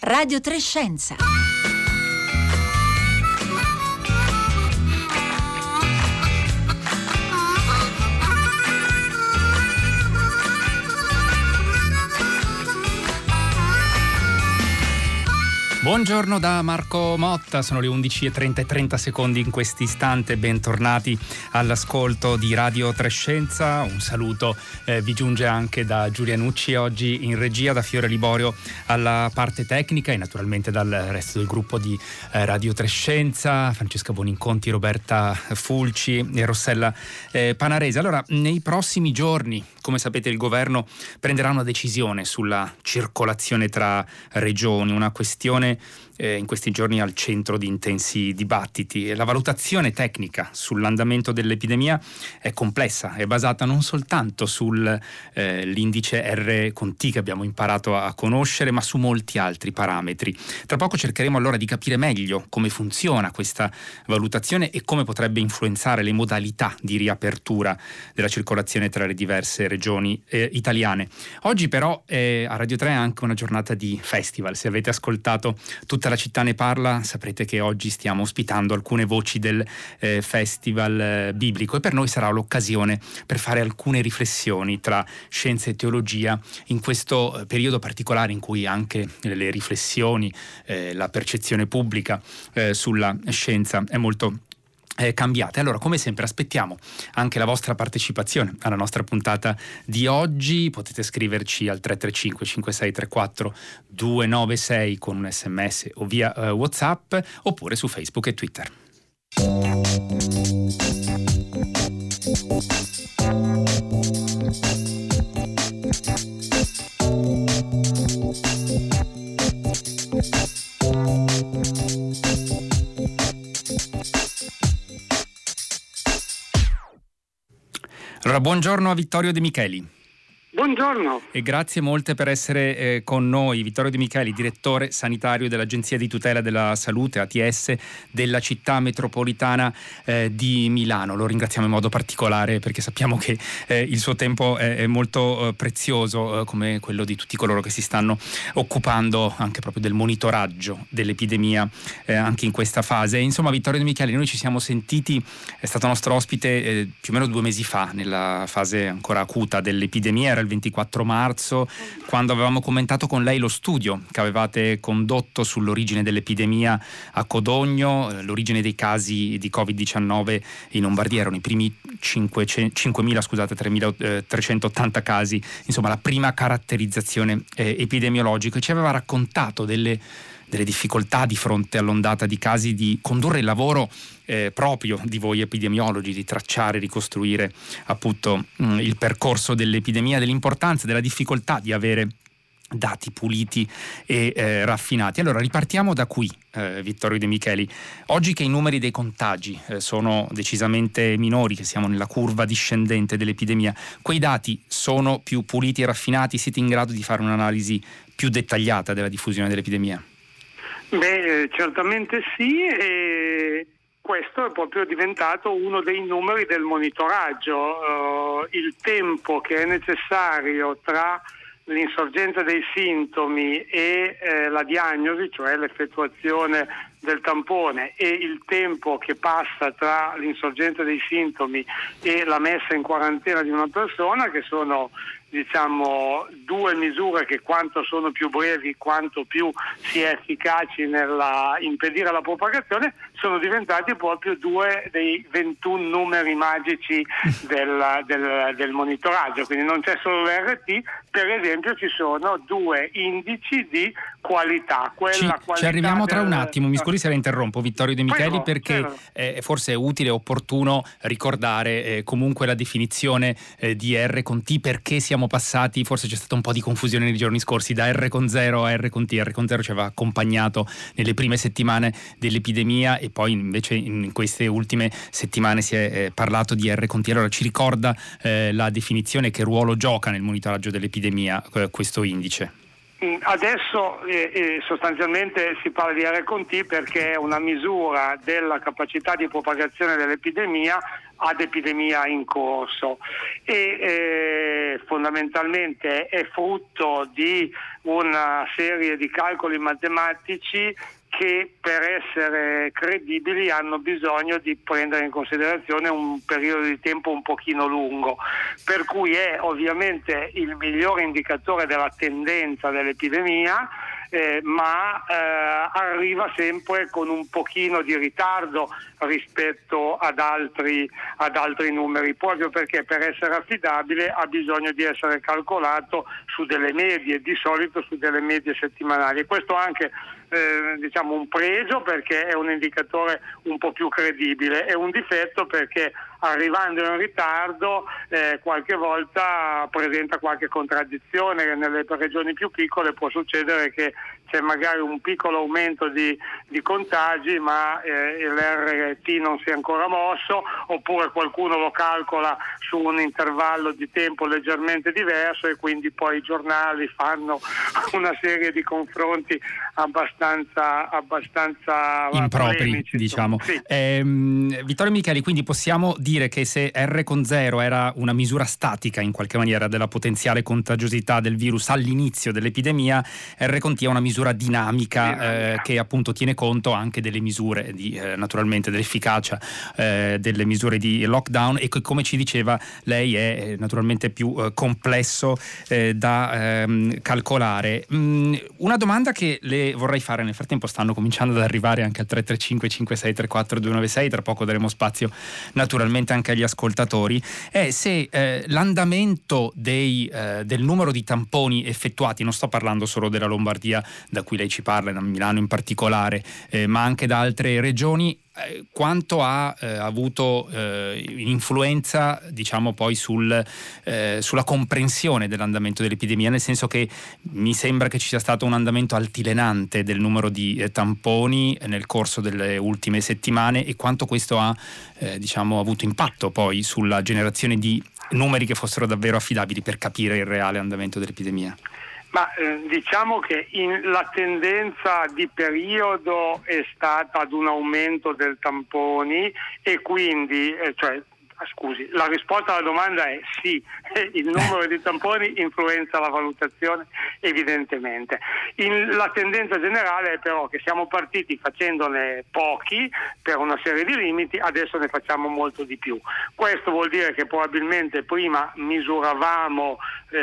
Radio 3 Scienza. Buongiorno da Marco Motta, sono le 11:30 in questo istante, bentornati all'ascolto di Radio 3 Scienza. Un saluto vi giunge anche da Giulia Nucci oggi in regia, da Fiore Liborio alla parte tecnica e naturalmente dal resto del gruppo di Radio 3 Scienza, Francesca Boninconti, Roberta Fulci e Rossella Panarese. Allora, nei prossimi giorni, come sapete, il governo prenderà una decisione sulla circolazione tra regioni, una questione in questi giorni al centro di intensi dibattiti. La valutazione tecnica sull'andamento dell'epidemia è complessa, è basata non soltanto sull'indice R con T che abbiamo imparato a conoscere, ma su molti altri parametri. Tra poco cercheremo allora di capire meglio come funziona questa valutazione e come potrebbe influenzare le modalità di riapertura della circolazione tra le diverse regioni italiane. Oggi però a Radio 3 è anche una giornata di festival. Se avete ascoltato Tutta la città ne parla, saprete che oggi stiamo ospitando alcune voci del festival biblico e per noi sarà l'occasione per fare alcune riflessioni tra scienza e teologia in questo periodo particolare in cui anche le riflessioni, la percezione pubblica sulla scienza è molto cambiate. Allora, come sempre aspettiamo anche la vostra partecipazione alla nostra puntata di oggi. Potete scriverci al 335 5634 296 con un SMS o via WhatsApp, oppure su Facebook e Twitter. Allora, buongiorno a Vittorio De Micheli. Buongiorno. E grazie molte per essere con noi. Vittorio De Micheli, direttore sanitario dell'Agenzia di tutela della salute, ATS, della città metropolitana di Milano. Lo ringraziamo in modo particolare perché sappiamo che il suo tempo è molto prezioso, come quello di tutti coloro che si stanno occupando anche proprio del monitoraggio dell'epidemia anche in questa fase. Insomma, Vittorio De Micheli, noi ci siamo sentiti, è stato nostro ospite più o meno 2 mesi fa, nella fase ancora acuta dell'epidemia. Era il 24 marzo, quando avevamo commentato con lei lo studio che avevate condotto sull'origine dell'epidemia a Codogno, l'origine dei casi di Covid-19 in Lombardia. Erano i primi 3.380 casi, insomma la prima caratterizzazione epidemiologica, e ci aveva raccontato delle difficoltà di fronte all'ondata di casi di condurre il lavoro proprio di voi epidemiologi, di tracciare, ricostruire appunto il percorso dell'epidemia, dell'importanza, della difficoltà di avere dati puliti e raffinati. Allora ripartiamo da qui, Vittorio De Micheli. Oggi che i numeri dei contagi sono decisamente minori, che siamo nella curva discendente dell'epidemia, quei dati sono più puliti e raffinati? Siete in grado di fare un'analisi più dettagliata della diffusione dell'epidemia? Beh, certamente sì, e questo è proprio diventato uno dei numeri del monitoraggio. Il tempo che è necessario tra l'insorgenza dei sintomi e la diagnosi, cioè l'effettuazione del tampone, e il tempo che passa tra l'insorgenza dei sintomi e la messa in quarantena di una persona, che sono due misure che quanto sono più brevi, quanto più si è efficaci nella impedire la propagazione, sono diventati proprio 2 dei 21 numeri magici del monitoraggio. Quindi non c'è solo l'RT, per esempio ci sono 2 indici di qualità. Ci arriviamo tra un attimo, mi scusi se la interrompo, Vittorio De Micheli, perché forse è utile e opportuno ricordare comunque la definizione di R con T, perché siamo passati, forse c'è stata un po' di confusione nei giorni scorsi, da R con 0 a R con T. R con 0 ci aveva accompagnato nelle prime settimane dell'epidemia e poi invece in queste ultime settimane si è parlato di R con T. Allora ci ricorda la definizione, che ruolo gioca nel monitoraggio dell'epidemia questo indice? Adesso sostanzialmente si parla di R-Conti perché è una misura della capacità di propagazione dell'epidemia ad epidemia in corso e fondamentalmente è frutto di una serie di calcoli matematici che per essere credibili hanno bisogno di prendere in considerazione un periodo di tempo un pochino lungo, per cui è ovviamente il migliore indicatore della tendenza dell'epidemia, ma arriva sempre con un pochino di ritardo rispetto ad altri numeri, proprio perché per essere affidabile ha bisogno di essere calcolato su delle medie, di solito su delle medie settimanali, e questo anche diciamo un pregio perché è un indicatore un po' più credibile, è un difetto perché arrivando in ritardo qualche volta presenta qualche contraddizione. Nelle regioni più piccole può succedere che c'è magari un piccolo aumento di contagi ma l'RT non si è ancora mosso, oppure qualcuno lo calcola su un intervallo di tempo leggermente diverso e quindi poi i giornali fanno una serie di confronti abbastanza impropri, polemici, diciamo. Sì. Vittorio Micheli, quindi possiamo dire che se R con 0 era una misura statica in qualche maniera della potenziale contagiosità del virus all'inizio dell'epidemia, R con T è una misura dinamica. Che appunto tiene conto anche delle misure naturalmente dell'efficacia delle misure di lockdown, e che, come ci diceva lei, è naturalmente più complesso da calcolare. Una domanda che le vorrei fare, nel frattempo stanno cominciando ad arrivare anche al 335 56 34 296, tra poco daremo spazio naturalmente anche agli ascoltatori, è se l'andamento del numero di tamponi effettuati, non sto parlando solo della Lombardia da cui lei ci parla, da Milano in particolare, ma anche da altre regioni, quanto ha avuto influenza, diciamo, poi sulla comprensione dell'andamento dell'epidemia, nel senso che mi sembra che ci sia stato un andamento altilenante del numero di tamponi nel corso delle ultime settimane, e quanto questo ha diciamo avuto impatto poi sulla generazione di numeri che fossero davvero affidabili per capire il reale andamento dell'epidemia. Ma diciamo che la tendenza di periodo è stata ad un aumento del tamponi, e quindi la risposta alla domanda è sì, il numero di tamponi influenza la valutazione evidentemente. La tendenza generale è però che siamo partiti facendone pochi per una serie di limiti, adesso ne facciamo molto di più. Questo vuol dire che probabilmente prima misuravamo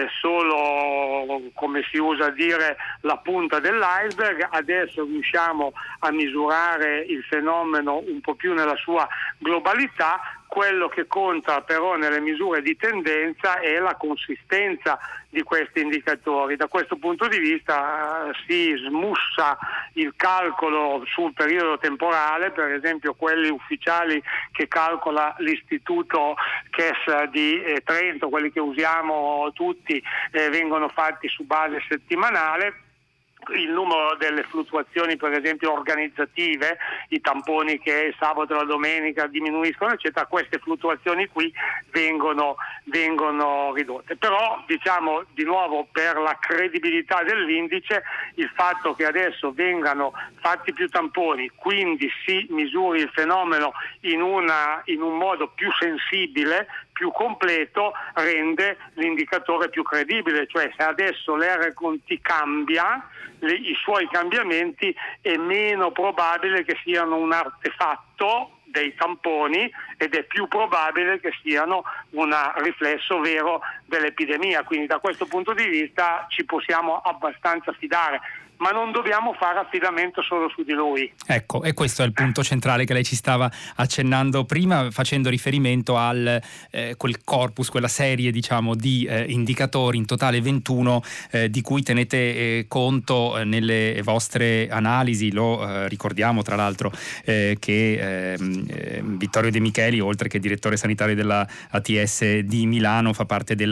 solo, come si usa dire, la punta dell'iceberg, adesso riusciamo a misurare il fenomeno un po' più nella sua globalità. Quello che conta però nelle misure di tendenza è la consistenza di questi indicatori. Da questo punto di vista si smussa il calcolo sul periodo temporale, per esempio quelli ufficiali che calcola l'istituto CHES di Trento, quelli che usiamo tutti, vengono fatti su base settimanale. Il numero delle fluttuazioni, per esempio organizzative, i tamponi che sabato e la domenica diminuiscono eccetera, queste fluttuazioni qui vengono ridotte. Però diciamo di nuovo, per la credibilità dell'indice, il fatto che adesso vengano fatti più tamponi, quindi si misuri il fenomeno in un modo più sensibile, più completo, rende l'indicatore più credibile. Cioè, se adesso l'R-Conti cambia, i suoi cambiamenti, è meno probabile che siano un artefatto dei tamponi ed è più probabile che siano un riflesso vero dell'epidemia. Quindi da questo punto di vista ci possiamo abbastanza fidare, ma non dobbiamo fare affidamento solo su di lui. Ecco, e questo è il punto centrale che lei ci stava accennando prima, facendo riferimento al quel corpus, quella serie diciamo di indicatori, in totale 21, di cui tenete conto nelle vostre analisi. Lo ricordiamo tra l'altro che Vittorio De Micheli, oltre che direttore sanitario della ATS di Milano, fa parte della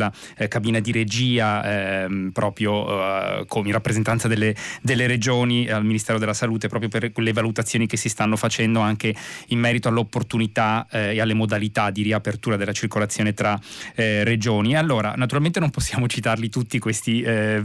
nella cabina di regia proprio come in rappresentanza delle regioni al Ministero della Salute, proprio per le valutazioni che si stanno facendo anche in merito all'opportunità e alle modalità di riapertura della circolazione tra regioni. Allora, naturalmente non possiamo citarli tutti questi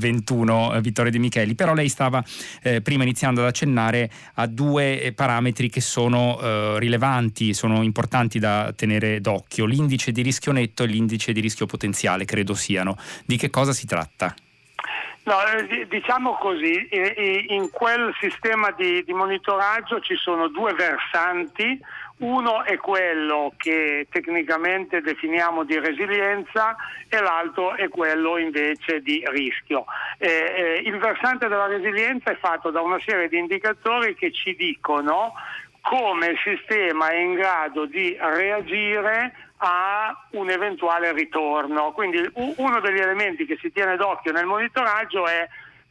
21, Vittorio De Micheli, però lei stava prima iniziando ad accennare a due parametri che sono rilevanti, sono importanti da tenere d'occhio: l'indice di rischio netto e l'indice di rischio potenziale, credo siano. Di che cosa si tratta? No, diciamo così, in quel sistema di monitoraggio ci sono due versanti. Uno è quello che tecnicamente definiamo di resilienza e l'altro è quello invece di rischio. Il versante della resilienza è fatto da una serie di indicatori che ci dicono come il sistema è in grado di reagire a un eventuale ritorno. Quindi uno degli elementi che si tiene d'occhio nel monitoraggio è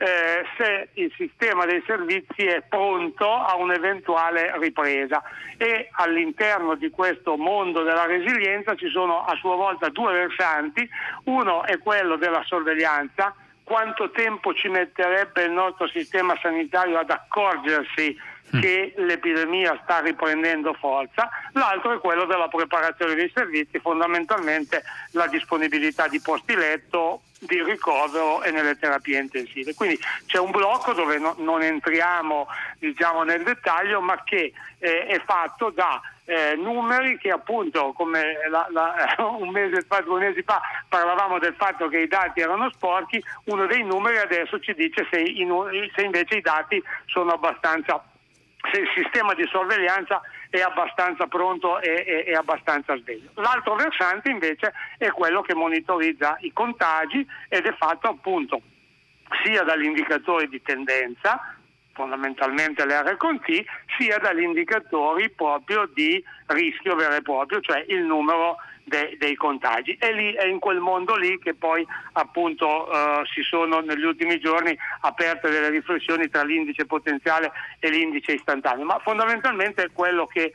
se il sistema dei servizi è pronto a un'eventuale ripresa, e all'interno di questo mondo della resilienza ci sono a sua volta due versanti. Uno è quello della sorveglianza: quanto tempo ci metterebbe il nostro sistema sanitario ad accorgersi che l'epidemia sta riprendendo forza. L'altro è quello della preparazione dei servizi, fondamentalmente la disponibilità di posti letto, di ricovero e nelle terapie intensive. Quindi c'è un blocco dove non entriamo nel dettaglio, ma che è fatto da numeri che, appunto, come un mese fa, 2 mesi fa parlavamo del fatto che i dati erano sporchi. Uno dei numeri adesso ci dice se invece i dati sono abbastanza, se il sistema di sorveglianza è abbastanza pronto e abbastanza sveglio. L'altro versante invece è quello che monitorizza i contagi ed è fatto appunto sia dagli indicatori di tendenza, fondamentalmente l'R-T, sia dagli indicatori proprio di rischio vero e proprio, cioè il numero dei contagi. E lì è in quel mondo lì che poi appunto si sono negli ultimi giorni aperte delle riflessioni tra l'indice potenziale e l'indice istantaneo, ma fondamentalmente quello che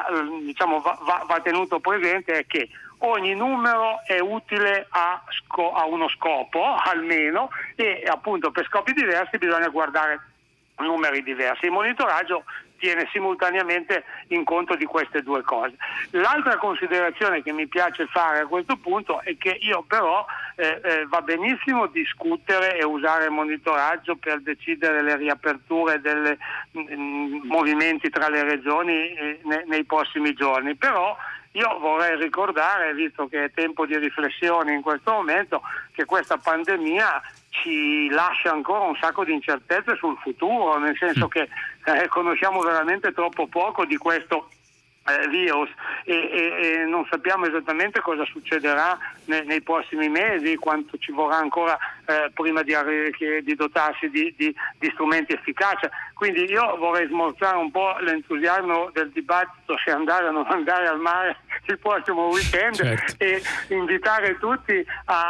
va tenuto presente è che ogni numero è utile a uno scopo almeno, e appunto per scopi diversi bisogna guardare numeri diversi. Il monitoraggio tiene simultaneamente in conto di queste due cose. L'altra considerazione che mi piace fare a questo punto è che io però va benissimo discutere e usare il monitoraggio per decidere le riaperture dei movimenti tra le regioni nei prossimi giorni, però io vorrei ricordare, visto che è tempo di riflessione in questo momento, che questa pandemia ci lascia ancora un sacco di incertezze sul futuro, nel senso che conosciamo veramente troppo poco di questo virus e non sappiamo esattamente cosa succederà nei prossimi mesi, quanto ci vorrà ancora prima di dotarsi di strumenti efficaci. Quindi io vorrei smorzare un po' l'entusiasmo del dibattito se andare o non andare al mare il prossimo weekend, certo, e invitare tutti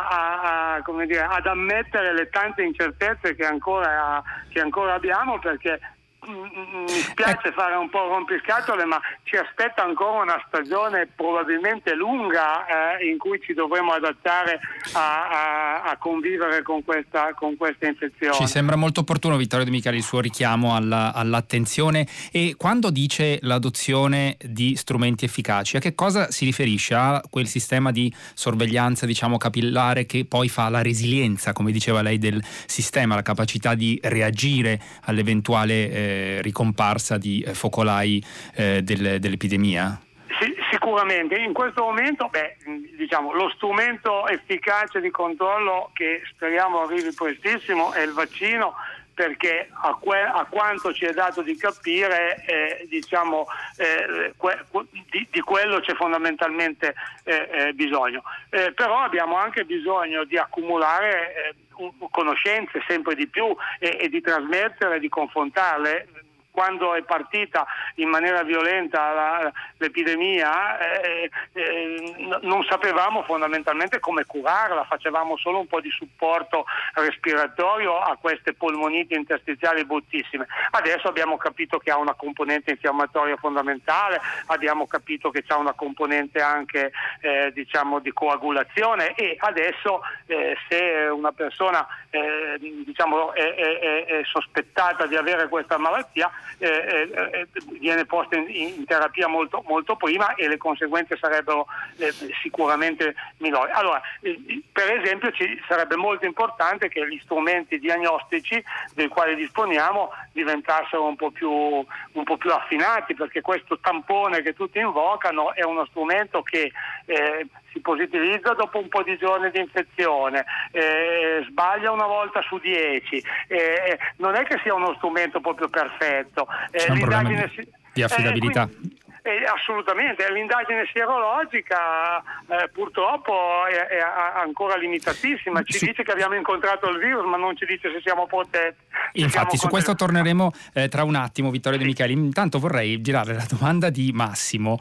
ad ammettere le tante incertezze che ancora abbiamo, perché mi spiace fare un po' rompiscatole, ma ci aspetta ancora una stagione probabilmente lunga in cui ci dovremo adattare a convivere con questa infezione. Ci sembra molto opportuno, Vittorio De Micheli, il suo richiamo all'attenzione. E quando dice l'adozione di strumenti efficaci, a che cosa si riferisce? A quel sistema di sorveglianza, diciamo, capillare che poi fa la resilienza, come diceva lei, del sistema, la capacità di reagire all'eventuale ricomparsa di focolai dell'epidemia? Sì, sicuramente. In questo momento lo strumento efficace di controllo che speriamo arrivi prestissimo è il vaccino, perché a quanto ci è dato di capire di quello c'è fondamentalmente bisogno, però abbiamo anche bisogno di accumulare conoscenze sempre di più e di trasmettere, di confrontarle. quando è partita in maniera violenta l'epidemia, non sapevamo fondamentalmente come curarla, facevamo solo un po' di supporto respiratorio a queste polmoniti interstiziali bruttissime. Adesso abbiamo capito che ha una componente infiammatoria fondamentale, abbiamo capito che c'ha una componente anche di coagulazione, e adesso se una persona è sospettata di avere questa malattia viene posta in terapia molto, molto prima, e le conseguenze sarebbero sicuramente minori. Allora, per esempio, sarebbe molto importante che gli strumenti diagnostici dei quali disponiamo diventassero un po' più affinati, perché questo tampone che tutti invocano è uno strumento che si positivizza dopo un po' di giorni di infezione, sbaglia una volta su 10, non è che sia uno strumento proprio perfetto. C'è un problema di affidabilità. Assolutamente, l'indagine sierologica purtroppo è ancora limitatissima, ci dice che abbiamo incontrato il virus, ma non ci dice se siamo protetti. Infatti su questo torneremo tra un attimo, Vittorio De Micheli. Intanto vorrei girare la domanda di Massimo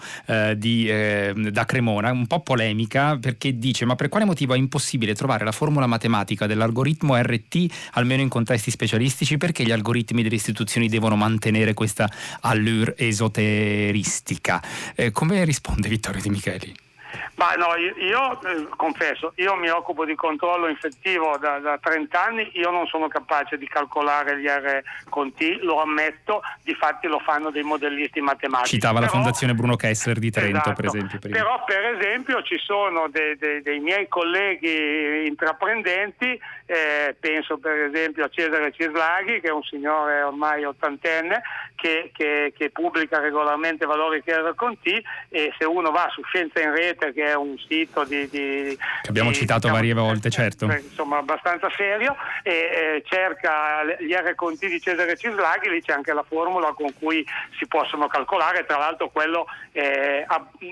da Cremona, un po' polemica, perché dice: ma per quale motivo è impossibile trovare la formula matematica dell'algoritmo RT almeno in contesti specialistici? Perché gli algoritmi delle istituzioni devono mantenere questa allure esoteristica? Come risponde Vittorio De Micheli? Ma no, io confesso, io mi occupo di controllo infettivo da 30 anni, io non sono capace di calcolare gli R con T, lo ammetto, difatti lo fanno dei modellisti matematici. Citava la Fondazione Bruno Kessler di Trento, esatto, per esempio. Però per esempio ci sono dei miei colleghi intraprendenti, penso per esempio a Cesare Cislaghi, che è un signore ormai ottantenne, che pubblica regolarmente valori R con T, e se uno va su Scienza in Rete, che è un sito che abbiamo citato varie volte, certo, insomma abbastanza serio, e cerca gli R con T di Cesare Cislaghi, lì c'è anche la formula con cui si possono calcolare. Tra l'altro quello è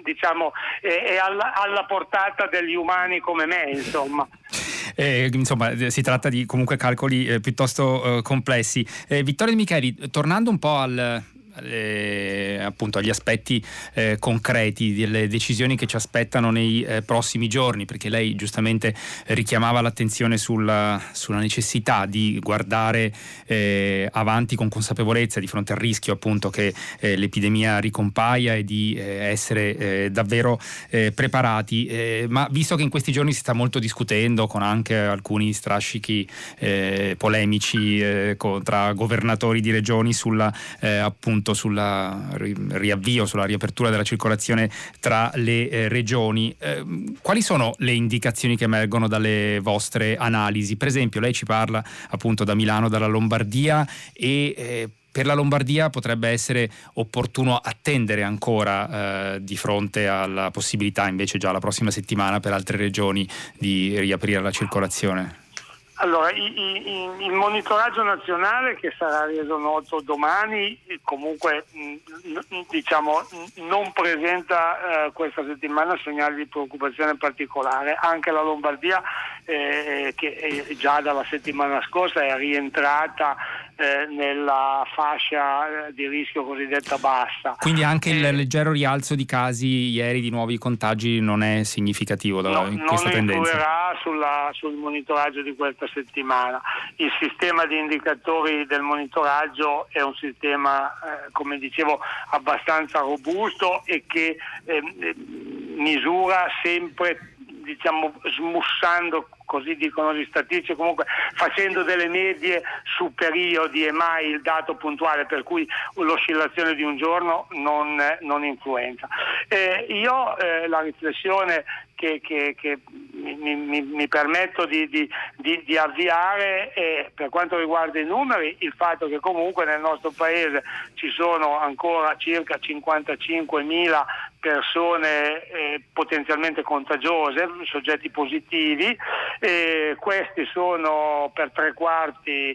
alla portata degli umani come me, insomma. Insomma, si tratta di comunque calcoli piuttosto complessi. Vittorio De Micheli, tornando un po' appunto agli aspetti concreti delle decisioni che ci aspettano nei prossimi giorni, perché lei giustamente richiamava l'attenzione sulla necessità di guardare avanti con consapevolezza di fronte al rischio appunto che l'epidemia ricompaia, e di essere davvero preparati, ma visto che in questi giorni si sta molto discutendo, con anche alcuni strascichi polemici tra governatori di regioni appunto sulla riavvio, sulla riapertura della circolazione tra le regioni, quali sono le indicazioni che emergono dalle vostre analisi? Per esempio, lei ci parla appunto da Milano, dalla Lombardia, e per la Lombardia potrebbe essere opportuno attendere ancora di fronte alla possibilità invece già la prossima settimana per altre regioni di riaprire la circolazione? Allora, il monitoraggio nazionale, che sarà reso noto domani, comunque non presenta questa settimana segnali di preoccupazione particolare. Anche la Lombardia, che già dalla settimana scorsa è rientrata nella fascia di rischio cosiddetta bassa. Quindi anche il leggero rialzo di casi ieri di nuovi contagi non è significativo in questa tendenza? Non influirà sul monitoraggio di questa settimana. Il sistema di indicatori del monitoraggio è un sistema, come dicevo, abbastanza robusto, e che misura sempre, smussando, così dicono gli statistici, comunque facendo delle medie su periodi e mai il dato puntuale, per cui l'oscillazione di un giorno non influenza. Io la riflessione che mi permetto di avviare è, per quanto riguarda i numeri, il fatto che comunque nel nostro paese ci sono ancora circa 55.000 persone potenzialmente contagiose, soggetti positivi. Questi sono per 3/4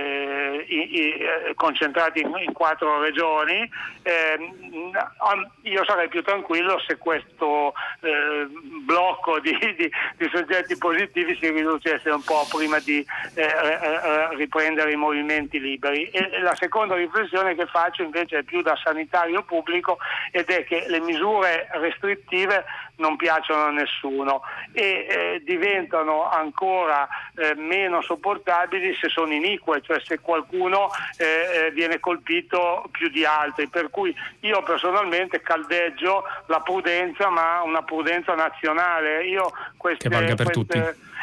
concentrati in 4 regioni. Io sarei più tranquillo se questo blocco di soggetti positivi si riducesse un po' prima di riprendere i movimenti liberi. E la seconda riflessione che faccio invece è più da sanitario pubblico, ed è che le misure restrittive non piacciono a nessuno e diventano ancora meno sopportabili se sono inique, cioè se qualcuno viene colpito più di altri, per cui io personalmente caldeggio la prudenza, ma una prudenza nazionale. Che valga per tutti.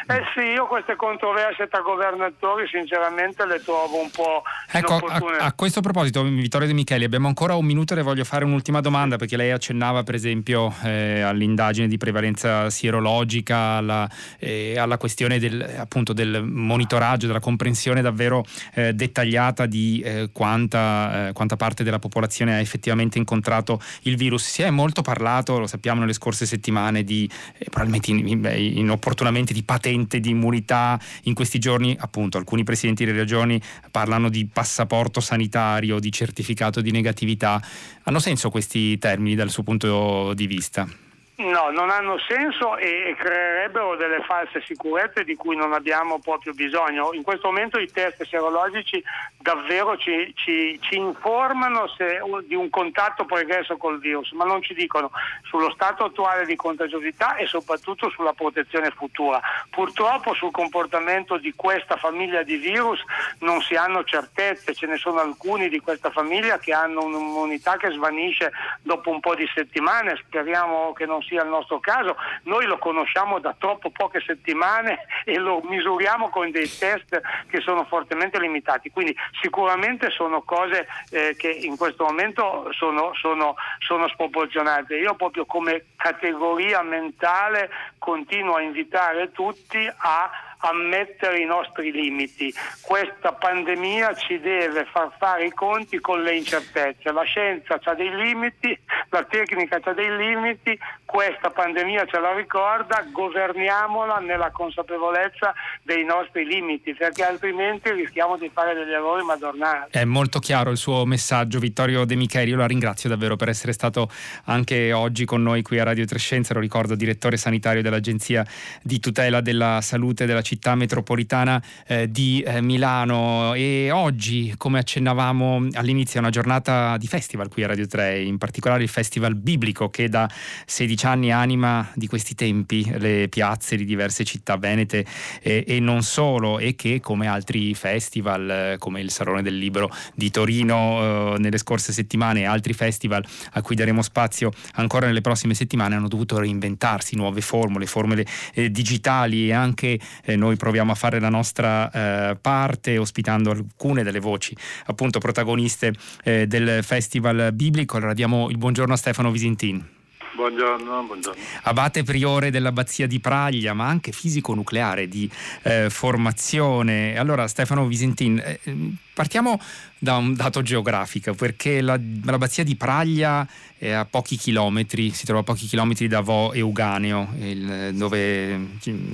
Io queste controversie tra governatori sinceramente le trovo un po' inopportune. A questo proposito, Vittorio De Micheli, abbiamo ancora un minuto e le voglio fare un'ultima domanda, perché lei accennava per esempio all'indagine di prevalenza sierologica, alla questione del monitoraggio, della comprensione davvero dettagliata di quanta parte della popolazione ha effettivamente incontrato il virus. Si è molto parlato, lo sappiamo, nelle scorse settimane di probabilmente inopportunamente di patente di immunità. In questi giorni appunto alcuni presidenti delle regioni parlano di passaporto sanitario, di certificato di negatività. Hanno senso questi termini dal suo punto di vista? No, non hanno senso e creerebbero delle false sicurezze di cui non abbiamo proprio bisogno. In questo momento i test serologici davvero ci informano di un contatto pregresso col virus, ma non ci dicono sullo stato attuale di contagiosità e soprattutto sulla protezione futura. Purtroppo sul comportamento di questa famiglia di virus non si hanno certezze, ce ne sono alcuni di questa famiglia che hanno un'immunità che svanisce dopo un po' di settimane, speriamo che non sia il nostro caso. Noi lo conosciamo da troppo poche settimane e lo misuriamo con dei test che sono fortemente limitati, quindi sicuramente sono cose che in questo momento sono sproporzionate. Io proprio come categoria mentale continuo a invitare tutti a ammettere i nostri limiti. Questa pandemia ci deve far fare i conti con le incertezze. La scienza ha dei limiti, la tecnica ha dei limiti, questa pandemia ce la ricorda, governiamola nella consapevolezza dei nostri limiti, perché altrimenti rischiamo di fare degli errori madornali. È molto chiaro il suo messaggio, Vittorio De Micheli. Io la ringrazio davvero per essere stato anche oggi con noi qui a Radio Trescenza. Lo ricordo, direttore sanitario dell'Agenzia di tutela della salute della città metropolitana di Milano. E oggi, come accennavamo all'inizio, è una giornata di festival qui a Radio 3, in particolare il Festival Biblico, che da 16 anni anima di questi tempi le piazze di diverse città venete e non solo, e che, come altri festival come il Salone del Libro di Torino nelle scorse settimane e altri festival a cui daremo spazio ancora nelle prossime settimane, hanno dovuto reinventarsi nuove formule digitali, e anche noi proviamo a fare la nostra parte ospitando alcune delle voci appunto protagoniste del Festival Biblico. Allora diamo il buongiorno a Stefano Visintin. Buongiorno. Abate priore dell'abbazia di Praglia, ma anche fisico nucleare di formazione. Allora Stefano Visintin, partiamo da un dato geografico, perché l'abbazia di Praglia è a pochi chilometri, si trova a pochi chilometri da Vo Euganeo, dove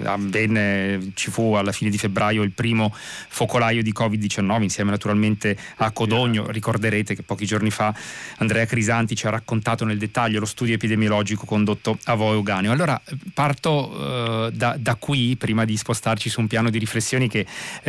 ci fu alla fine di febbraio il primo focolaio di Covid-19, insieme naturalmente a Codogno. Ricorderete che pochi giorni fa Andrea Crisanti ci ha raccontato nel dettaglio lo studio epidemiologico condotto a Vo Euganeo. Allora parto da qui, prima di spostarci su un piano di riflessioni che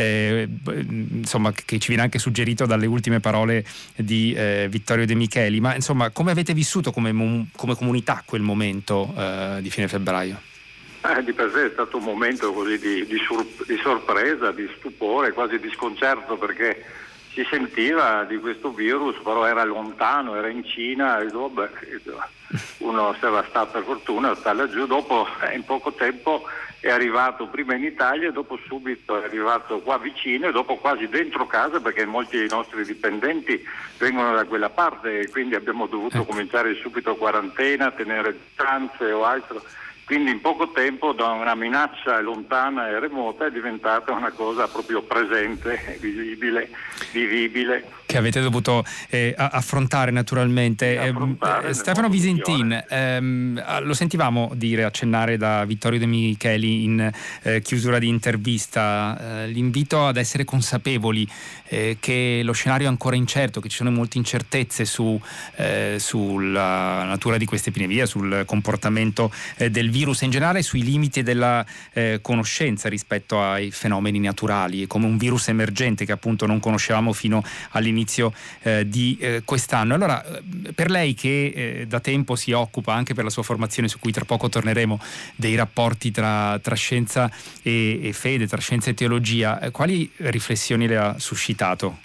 ci viene anche suggerito dalle ultime parole di Vittorio De Micheli, ma insomma, come avete vissuto come comunità quel momento di fine febbraio? Di per sé è stato un momento così di sorpresa, di stupore, quasi di sconcerto, perché si sentiva di questo virus, però era lontano, era in Cina, e uno se va sta per fortuna, sta laggiù. Dopo in poco tempo è arrivato prima in Italia, dopo subito è arrivato qua vicino e dopo quasi dentro casa, perché molti dei nostri dipendenti vengono da quella parte e quindi abbiamo dovuto cominciare subito quarantena, tenere distanze o altro. Quindi in poco tempo da una minaccia lontana e remota è diventata una cosa proprio presente, visibile, vivibile. Che avete dovuto affrontare naturalmente. Stefano Visintin, lo sentivamo dire, accennare da Vittorio De Micheli in chiusura di intervista, l'invito ad essere consapevoli che lo scenario è ancora incerto, che ci sono molte incertezze sulla natura di questa epidemia, sul comportamento del virus e in generale sui limiti della conoscenza rispetto ai fenomeni naturali, come un virus emergente che appunto non conoscevamo fino all'inizio di quest'anno. Allora, per lei che da tempo si occupa, anche per la sua formazione su cui tra poco torneremo, dei rapporti tra scienza e fede, tra scienza e teologia, quali riflessioni le ha suscitato?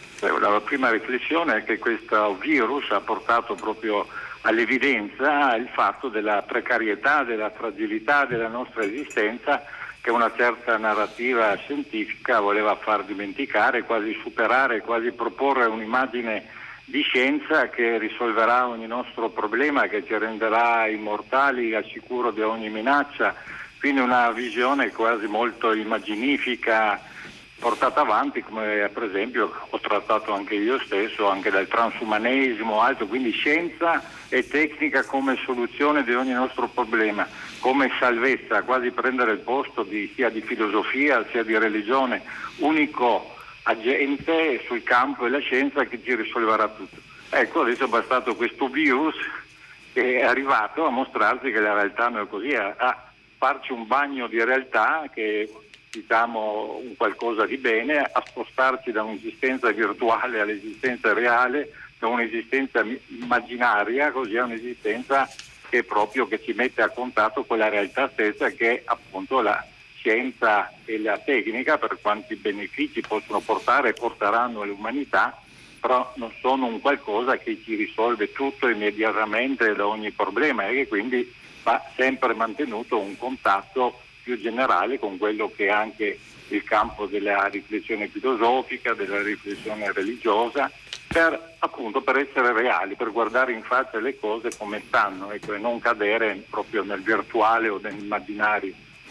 La prima riflessione è che questo virus ha portato proprio all'evidenza il fatto della precarietà, della fragilità della nostra esistenza, che una certa narrativa scientifica voleva far dimenticare, quasi superare, quasi proporre un'immagine di scienza che risolverà ogni nostro problema, che ci renderà immortali al sicuro di ogni minaccia. Quindi una visione quasi molto immaginifica, portata avanti, come per esempio ho trattato anche io stesso, anche dal transumanesimo, altro, quindi scienza e tecnica come soluzione di ogni nostro problema, come salvezza, quasi prendere il posto sia di filosofia sia di religione, unico agente sul campo della scienza che ci risolverà tutto. Ecco, adesso è bastato questo virus che è arrivato a mostrarci che la realtà non è così, a farci un bagno di realtà che diciamo un qualcosa di bene, a spostarci da un'esistenza virtuale all'esistenza reale, da un'esistenza immaginaria così a un'esistenza che proprio che ci mette a contatto con la realtà stessa, che è appunto la scienza e la tecnica, per quanti benefici possono portare e porteranno all'umanità, però non sono un qualcosa che ci risolve tutto immediatamente da ogni problema, e che quindi va sempre mantenuto un contatto più generale con quello che è anche il campo della riflessione filosofica, della riflessione religiosa, per essere reali, per guardare in faccia le cose come stanno, ecco, e non cadere proprio nel virtuale o nell'immaginario.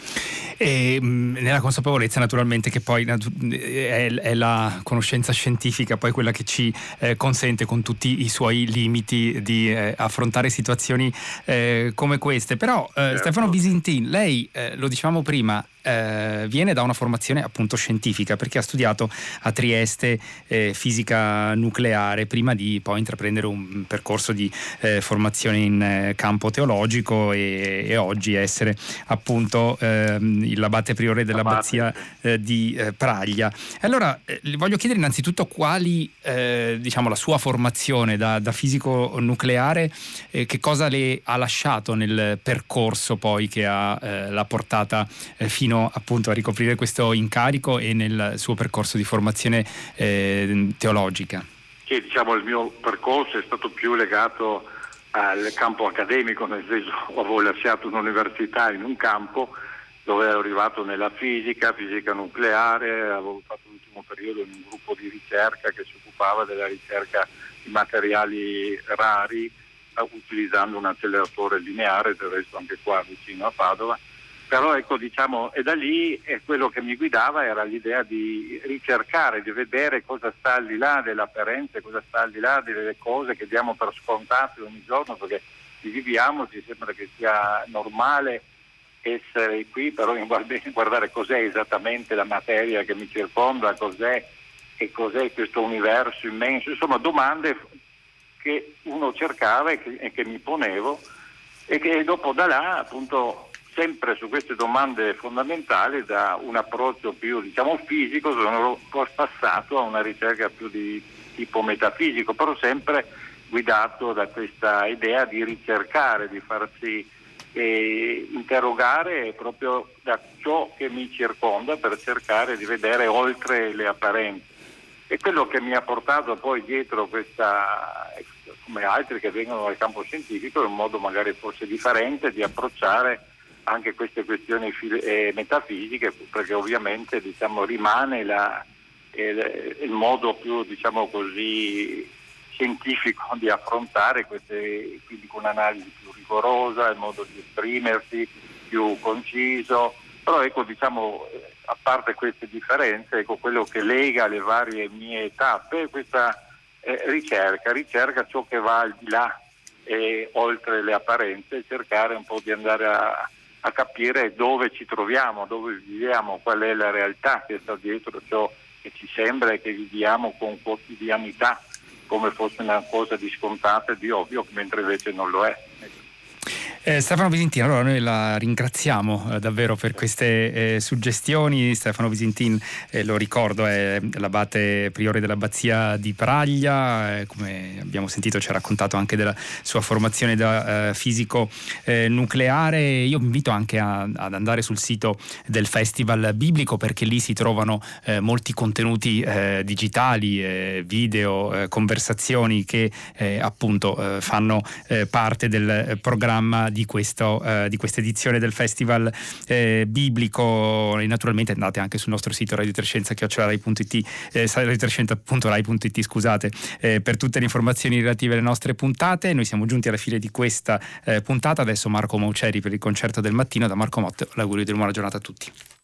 E nella consapevolezza naturalmente che poi è la conoscenza scientifica poi quella che ci consente, con tutti i suoi limiti, di affrontare situazioni come queste. Però certo. Stefano Visintin, lei lo dicevamo prima, viene da una formazione appunto scientifica, perché ha studiato a Trieste fisica nucleare prima di poi intraprendere un percorso di formazione in campo teologico e oggi essere appunto l'abate priore dell'abbazia di Praglia. Allora voglio chiedere innanzitutto quali diciamo la sua formazione da fisico nucleare, che cosa le ha lasciato nel percorso poi che l'ha portata fino appunto a ricoprire questo incarico e nel suo percorso di formazione teologica. Sì, diciamo il mio percorso è stato più legato al campo accademico, nel senso avevo lasciato un'università in un campo dove ero arrivato nella fisica nucleare, avevo fatto l'ultimo periodo in un gruppo di ricerca che si occupava della ricerca di materiali rari utilizzando un acceleratore lineare, del resto anche qua vicino a Padova. Però ecco, diciamo, e da lì quello che mi guidava era l'idea di ricercare, di vedere cosa sta al di là delle apparenze, cosa sta al di là delle cose che diamo per scontate ogni giorno, perché ci viviamo, ci sembra che sia normale essere qui, però guardare cos'è esattamente la materia che mi circonda, cos'è questo universo immenso, insomma domande che uno cercava e che mi ponevo, e che dopo da là appunto sempre su queste domande fondamentali, da un approccio più diciamo fisico, sono poi passato a una ricerca più di tipo metafisico, però sempre guidato da questa idea di ricercare, di farsi interrogare proprio da ciò che mi circonda per cercare di vedere oltre le apparenze. E quello che mi ha portato poi dietro questa, come altri che vengono dal campo scientifico, è un modo magari forse differente di approcciare anche queste questioni metafisiche, perché ovviamente diciamo rimane il modo più diciamo così scientifico di affrontare queste, quindi con un'analisi più rigorosa, il modo di esprimersi più conciso. Però ecco, diciamo, a parte queste differenze, ecco, quello che lega le varie mie tappe è questa ricerca ciò che va al di là e oltre le apparenze, cercare un po' di andare a capire dove ci troviamo, dove viviamo, qual è la realtà che sta dietro ciò che ci sembra e che viviamo con quotidianità, come fosse una cosa di scontata e di ovvio, mentre invece non lo è. Stefano Visintin, allora noi la ringraziamo davvero per queste suggestioni. Stefano Visintin, lo ricordo, è l'abate priore dell'abbazia di Praglia, come abbiamo sentito ci ha raccontato anche della sua formazione da fisico nucleare. Io vi invito anche ad andare sul sito del Festival Biblico, perché lì si trovano molti contenuti digitali, video, conversazioni che appunto fanno parte del programma di questa edizione del Festival Biblico. E naturalmente andate anche sul nostro sito radiotrescienza.rai.it, radiotrescienza.rai.it, scusate, per tutte le informazioni relative alle nostre puntate. Noi siamo giunti alla fine di questa puntata. Adesso Marco Mauceri per il concerto del mattino. Da Marco Motta l'augurio di una buona giornata a tutti.